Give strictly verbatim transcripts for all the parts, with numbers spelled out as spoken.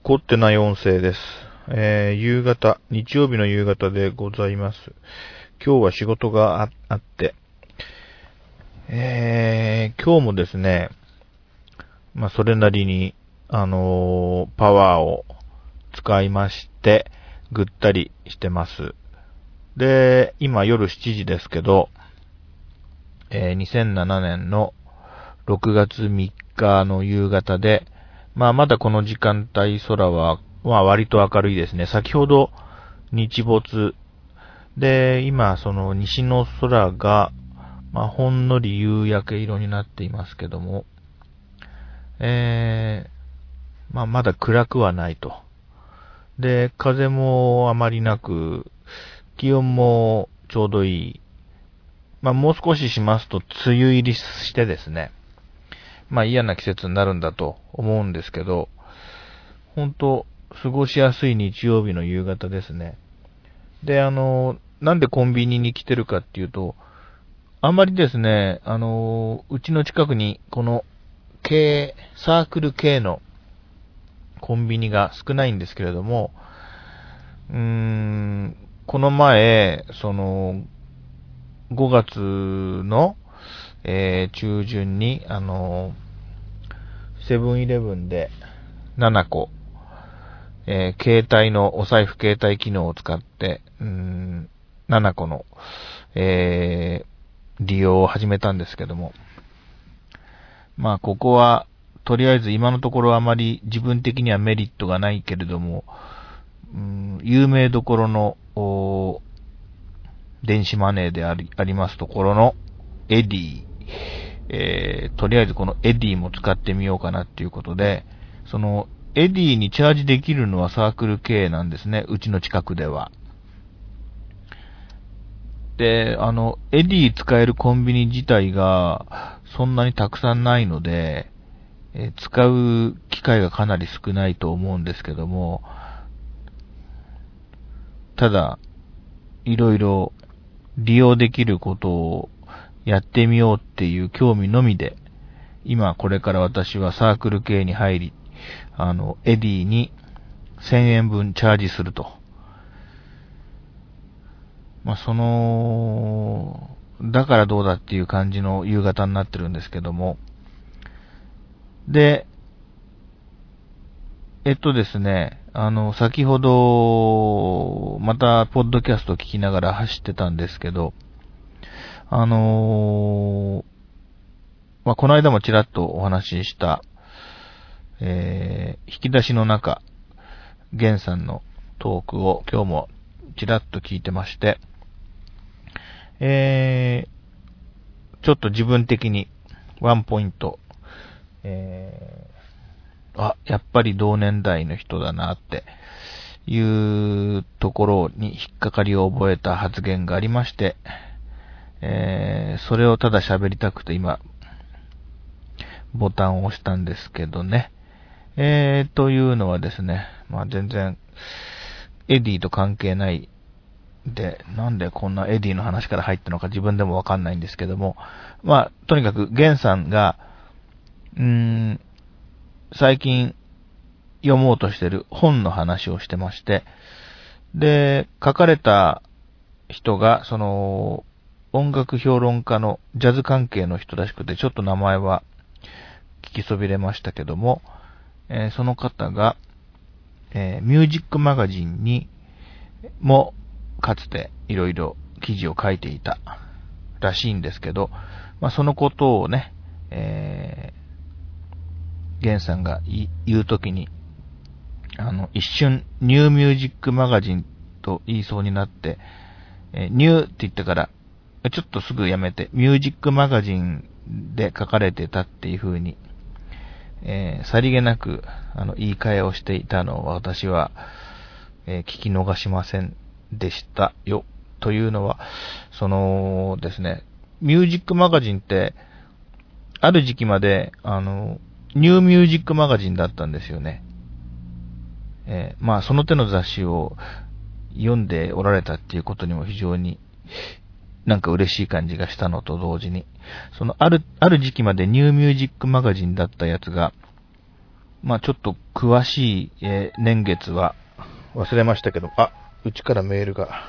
凝ってない音声です。えー、夕方、日曜日の夕方でございます。今日は仕事が あ, あって、えー、今日もですね、まあ、それなりに、あのー、パワーを使いまして、ぐったりしてます。で、今夜しちじですけど、えー、にせんななねんのろくがつみっかの夕方で、まあまだこの時間帯空は、まあ割と明るいですね。先ほど日没で、今その西の空が、まあほんのり夕焼け色になっていますけども、えー、まあまだ暗くはないと。で、風もあまりなく、気温もちょうどいい。まあもう少ししますと梅雨入りしてですね、まあ嫌な季節になるんだと思うんですけど、本当過ごしやすい日曜日の夕方ですね。で、あの、なんでコンビニに来てるかっていうと、あんまりですね、あの、うちの近くにこの K、サークル K のコンビニが少ないんですけれども、うーん、この前、その、ごがつの、えー、中旬に、あの、セブンイレブンでななこ、えー、携帯の、お財布携帯機能を使って、うーん、ななこの、えー、利用を始めたんですけども、まあ、ここは、とりあえず今のところあまり自分的にはメリットがないけれども、うーん、有名どころの、電子マネーであり、ありますところのエディ、えー、とりあえずこのエディも使ってみようかなっていうことで、そのエディにチャージできるのはサークル系なんですね、うちの近くでは。で、あの、エディ使えるコンビニ自体がそんなにたくさんないので、えー、使う機会がかなり少ないと思うんですけども、ただ、いろいろ利用できることをやってみようっていう興味のみで、今これから私はサークル系に入り、あの、エディにせんえんぶんチャージすると。まあ、その、だからどうだっていう感じの夕方になってるんですけども。で、えっとですね、あの、先ほど、また、ポッドキャスト聞きながら走ってたんですけど、あのー、まあ、この間もちらっとお話しした、えー、引き出しの中、ゲンさんのトークを今日もちらっと聞いてまして、えー、ちょっと自分的にワンポイント、えー、あ、やっぱり同年代の人だなっていうところに引っかかりを覚えた発言がありまして、えー、それをただ喋りたくて今、ボタンを押したんですけどね。えー、というのはですね、まあ全然、エディと関係ないで、なんでこんなエディの話から入ったのか自分でもわかんないんですけども、まあ、とにかく、ゲンさんが、うーん、最近読もうとしてる本の話をしてまして、で、書かれた人が、その、音楽評論家のジャズ関係の人らしくて、ちょっと名前は聞きそびれましたけども、えー、その方が、えー、ミュージックマガジンにもかつていろいろ記事を書いていたらしいんですけど、まあ、そのことをね、えー、ゲンさんが言うときに、あの、一瞬ニューミュージックマガジンと言いそうになって、えー、ニューって言ってから、ちょっとすぐやめて、ミュージックマガジンで書かれてたっていう風に、えー、さりげなくあの言い換えをしていたのを私は、えー、聞き逃しませんでしたよ。というのは、そのですね、ミュージックマガジンって、ある時期まで、あの、ニューミュージックマガジンだったんですよね。えー、まあ、その手の雑誌を読んでおられたっていうことにも非常になんか嬉しい感じがしたのと同時に、そのある、ある時期までニューミュージックマガジンだったやつが、 まあちょっと詳しい、えー、年月は忘れましたけど、あ、うちからメールが。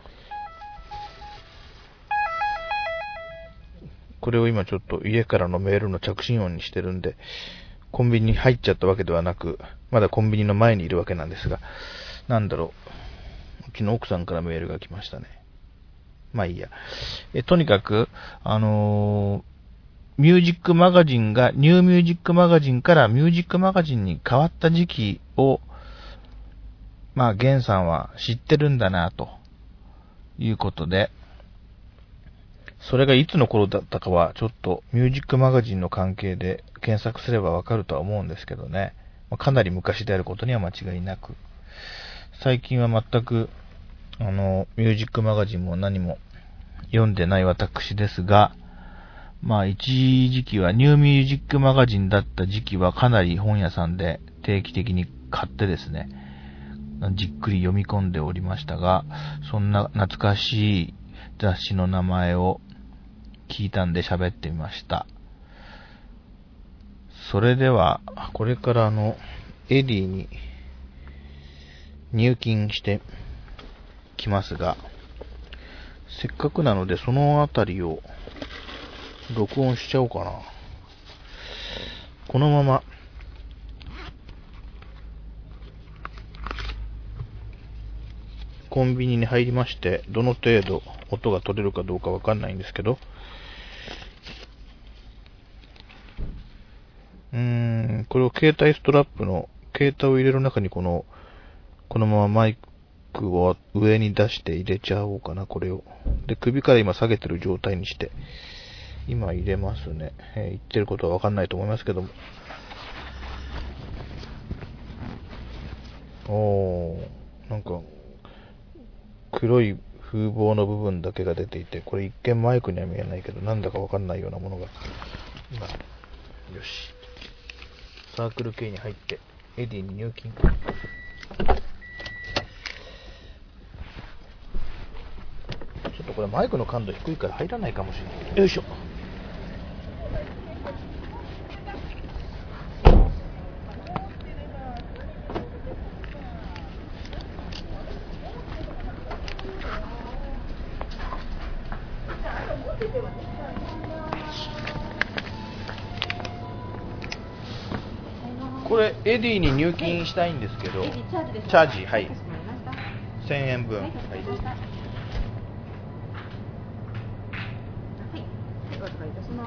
これを今ちょっと家からのメールの着信音にしてるんで、コンビニに入っちゃったわけではなく、まだコンビニの前にいるわけなんですが、なんだろう、うちの奥さんからメールが来ましたね。まあいいや。え、とにかく、あのー、ミュージックマガジンが、ニューミュージックマガジンからミュージックマガジンに変わった時期を、まあ、ゲンさんは知ってるんだな、ということで、それがいつの頃だったかは、ちょっとミュージックマガジンの関係で検索すればわかるとは思うんですけどね。まあ、かなり昔であることには間違いなく。最近は全く、あの、ミュージックマガジンも何も読んでない私ですが、まあ一時期はニューミュージックマガジンだった時期はかなり本屋さんで定期的に買ってですね、じっくり読み込んでおりましたが、そんな懐かしい雑誌の名前を聞いたんで喋ってみました。それでは、これからあの、エディに入金してきますが、せっかくなのでそのあたりを録音しちゃおうかな。このままコンビニに入りまして、どの程度音が取れるかどうかわかんないんですけど、うーん、これを携帯ストラップの携帯を入れる中にこのこのままマイクを上に出して入れちゃおうかな、これを。で、首から今下げてる状態にして。今入れますね。えー、言ってることはわかんないと思いますけども。おー、なんか、黒い風防の部分だけが出ていて、これ一見マイクには見えないけど、なんだかわかんないようなものが。今、よし。サークル系に入って、エディに入金。ちょっとこれマイクの感度低いから入らないかもしれない。よいしょ。これエディに入金したいんですけど、はい、チャージ、はい、せんえんぶん、はい、はい、お願いいたします。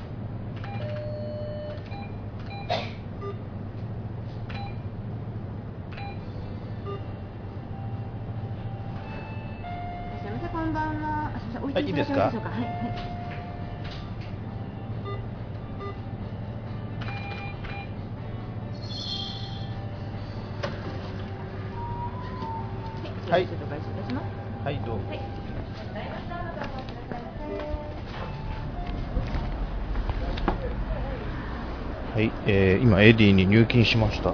こんばんは。はい、いいですか。はい、はい。はい、はい、どうも。はい、えー、今エディに入金しました。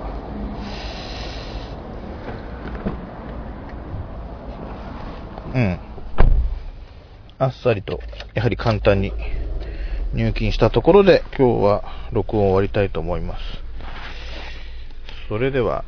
うん。あっさりと、やはり簡単に入金したところで、今日は録音を終わりたいと思います。それでは。